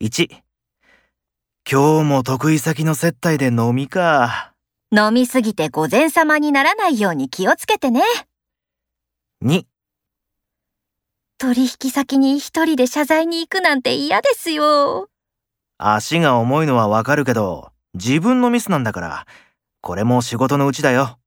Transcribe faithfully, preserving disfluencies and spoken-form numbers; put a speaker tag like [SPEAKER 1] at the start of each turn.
[SPEAKER 1] いち、今日も得意先の接待で飲みか。
[SPEAKER 2] 飲みすぎて御前様にならないように気をつけてね。
[SPEAKER 1] に、
[SPEAKER 2] 取引先に一人で謝罪に行くなんて嫌ですよ。
[SPEAKER 1] 足が重いのはわかるけど、自分のミスなんだから、これも仕事のうちだよ。